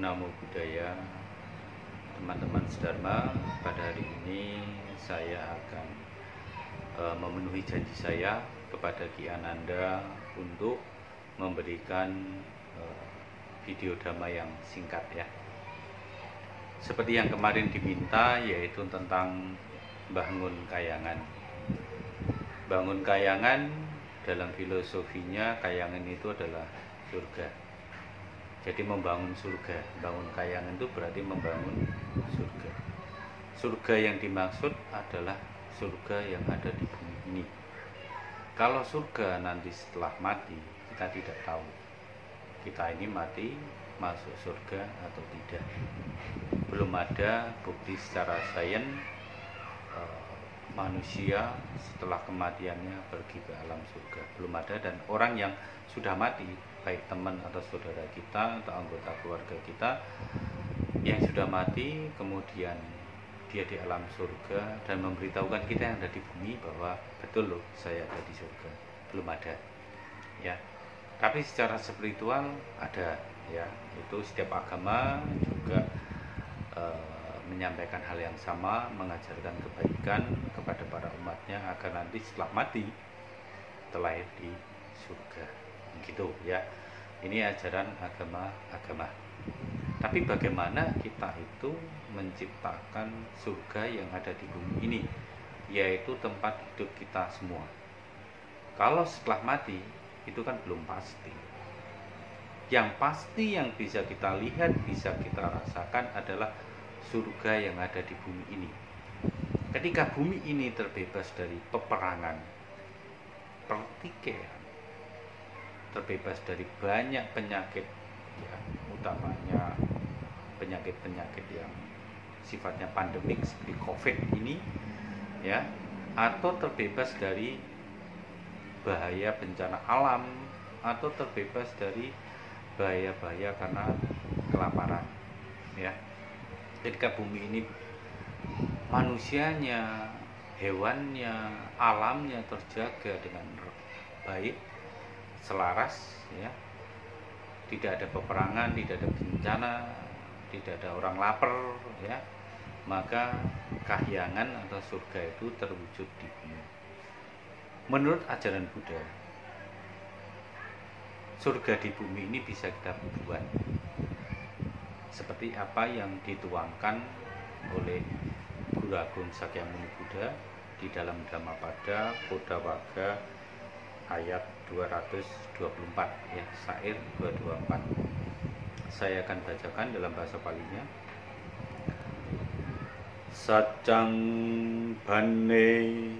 Namo Buddhaya, teman-teman sedharma. Pada hari ini saya akan memenuhi janji saya kepada Ki Ananda untuk memberikan video dhamma yang singkat ya. Seperti yang kemarin diminta, yaitu tentang bangun kayangan. Bangun kayangan dalam filosofinya, kayangan itu adalah surga. Jadi membangun surga, bangun kayangan itu berarti membangun surga. Surga yang dimaksud adalah surga yang ada di bumi ini. Kalau surga nanti setelah mati, kita tidak tahu. Kita ini mati masuk surga atau tidak. Belum ada bukti secara sains manusia setelah kematiannya pergi ke alam surga. Belum ada, dan orang yang sudah mati, baik teman atau saudara kita atau anggota keluarga kita yang sudah mati, kemudian dia di alam surga dan memberitahukan kita yang ada di bumi bahwa betul loh, saya ada di surga. Belum ada ya. Tapi secara spiritual ada ya. Itu setiap agama juga menyampaikan hal yang sama, mengajarkan kebaikan kepada para umatnya agar nanti setelah mati terlahir di surga. Gitu ya. Ini ajaran agama-agama. Tapi bagaimana kita itu menciptakan surga yang ada di bumi ini, yaitu tempat hidup kita semua. Kalau setelah mati itu kan belum pasti. Yang pasti yang bisa kita lihat, bisa kita rasakan adalah surga yang ada di bumi ini. Ketika bumi ini terbebas dari peperangan, pertikaian, terbebas dari banyak penyakit ya, utamanya penyakit-penyakit yang sifatnya pandemik seperti COVID ini ya, atau terbebas dari bahaya bencana alam, atau terbebas dari bahaya-bahaya karena kelaparan ya. Ketika bumi ini manusianya, hewannya, alamnya terjaga dengan baik, selaras ya, tidak ada peperangan, tidak ada bencana, tidak ada orang lapar ya, maka kahyangan atau surga itu terwujud di bumi. Menurut ajaran Buddha, surga di bumi ini bisa kita buat seperti apa yang dituangkan oleh Guru Agung Sakyamuni Buddha di dalam Dhammapada Kodawaga ayat 224 ya, syair 224. Saya akan bacakan dalam bahasa Palinya. Saccang bane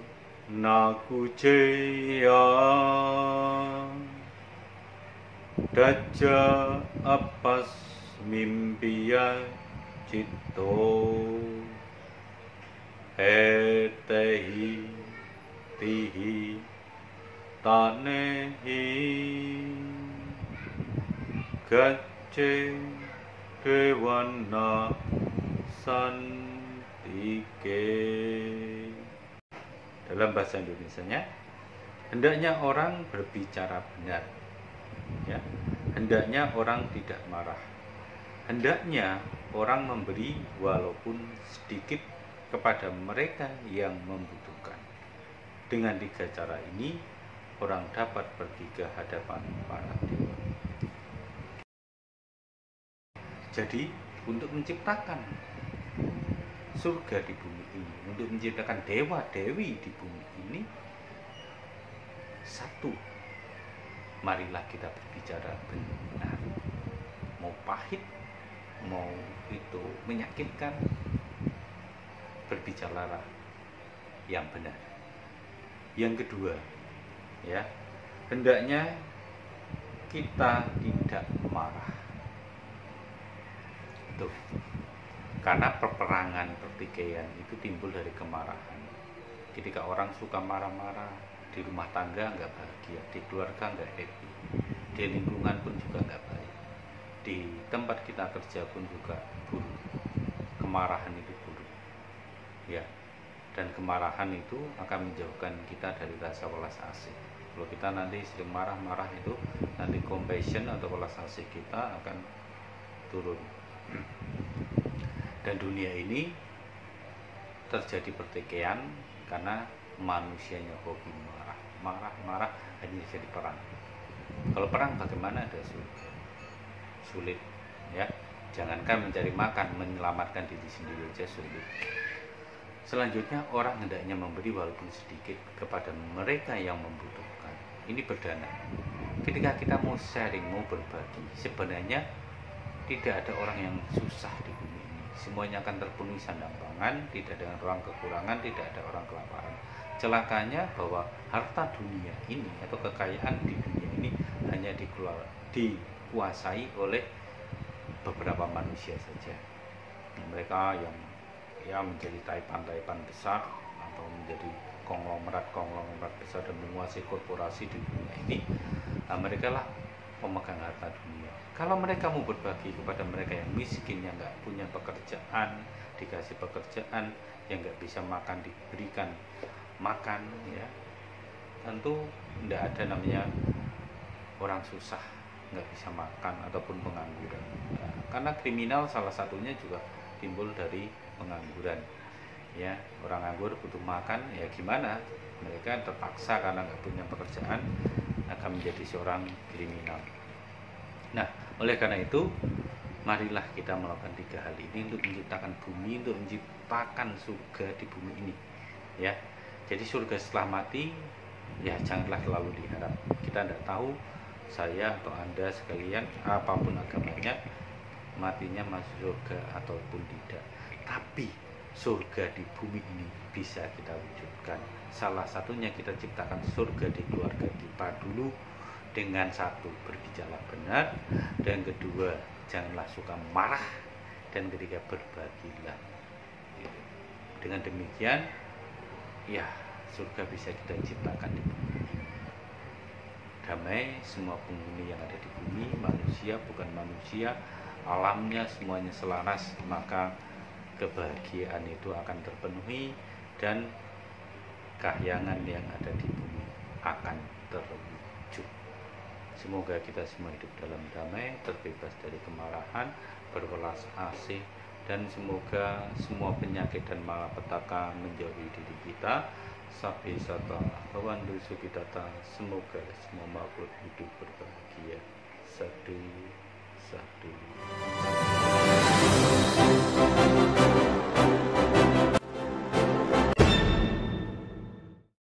nakuceya daja apas mimpiya citto hetehi tihi tanehi gacce dewana santike. Dalam bahasa Indonesianya, hendaknya orang berbicara benar ya, hendaknya orang tidak marah, hendaknya orang memberi walaupun sedikit kepada mereka yang membutuhkan. Dengan 3 cara ini, orang dapat pergi ke hadapan para dewa. Jadi, untuk menciptakan surga di bumi ini, untuk menciptakan dewa-dewi di bumi ini, satu, marilah kita berbicara benar. Mau pahit, mau itu menyakitkan, berbicaralah yang benar. Yang kedua ya, hendaknya kita tidak marah. Tuh. Karena peperangan, pertikaian itu timbul dari kemarahan. Ketika orang suka marah-marah, di rumah tangga nggak bahagia, di keluarga nggak happy, di lingkungan pun juga nggak baik, di tempat kita kerja pun juga buruk. Kemarahan itu buruk ya, dan kemarahan itu akan menjauhkan kita dari rasa welas asih. Kalau kita nanti sering marah-marah itu, nanti compassion atau welas asih kita akan turun Dan dunia ini terjadi pertikaian karena manusianya hobi marah hanya jadi perang. Kalau perang bagaimana ada sulit ya. Jangankan mencari makan, menyelamatkan diri sendiri aja sulit. Selanjutnya, orang hendaknya memberi walaupun sedikit kepada mereka yang membutuhkan. Ini perdana. Ketika kita mau sharing, mau berbagi, sebenarnya tidak ada orang yang susah di bumi ini. Semuanya akan terpenuhi sandang pangan, tidak ada orang kekurangan, tidak ada orang kelaparan. Celakanya bahwa harta dunia ini atau kekayaan di dunia ini hanya dikuasai oleh beberapa manusia saja. Mereka yang menjadi taipan besar atau menjadi konglomerat besar dan menguasai korporasi di dunia ini, mereka lah pemegang harta dunia. Kalau mereka mau berbagi kepada mereka yang miskin, yang nggak punya pekerjaan, dikasih pekerjaan, yang nggak bisa makan diberikan makan, ya tentu tidak ada namanya orang susah nggak bisa makan ataupun pengangguran. Nah, karena kriminal salah satunya juga timbul dari pengangguran. Ya, orang nganggur butuh makan, ya gimana? Mereka terpaksa karena nggak punya pekerjaan akan menjadi seorang kriminal. Nah, oleh karena itu, marilah kita melakukan 3 hal ini untuk menciptakan bumi, untuk menciptakan surga di bumi ini. Ya, jadi surga setelah mati, ya janganlah terlalu diharap. Kita tidak tahu, saya atau Anda sekalian, apapun agamanya, matinya masuk surga ataupun tidak. Tapi surga di bumi ini bisa kita wujudkan. Salah satunya kita ciptakan surga di keluarga kita dulu dengan satu, berbicara benar, dan kedua, janganlah suka marah, dan ketiga, berbagilah. Dengan demikian, ya surga bisa kita ciptakan di bumi ini. Damai semua penghuni yang ada di bumi, manusia bukan manusia, alamnya semuanya selaras, maka kebahagiaan itu akan terpenuhi dan kahyangan yang ada di bumi akan terwujud. Semoga kita semua hidup dalam damai, terbebas dari kemarahan, berwelas asih, dan semoga semua penyakit dan malapetaka menjauhi diri kita. Sabi sata bawandu sukidata, semoga semua makhluk hidup berbahagia. Sadu, sadu.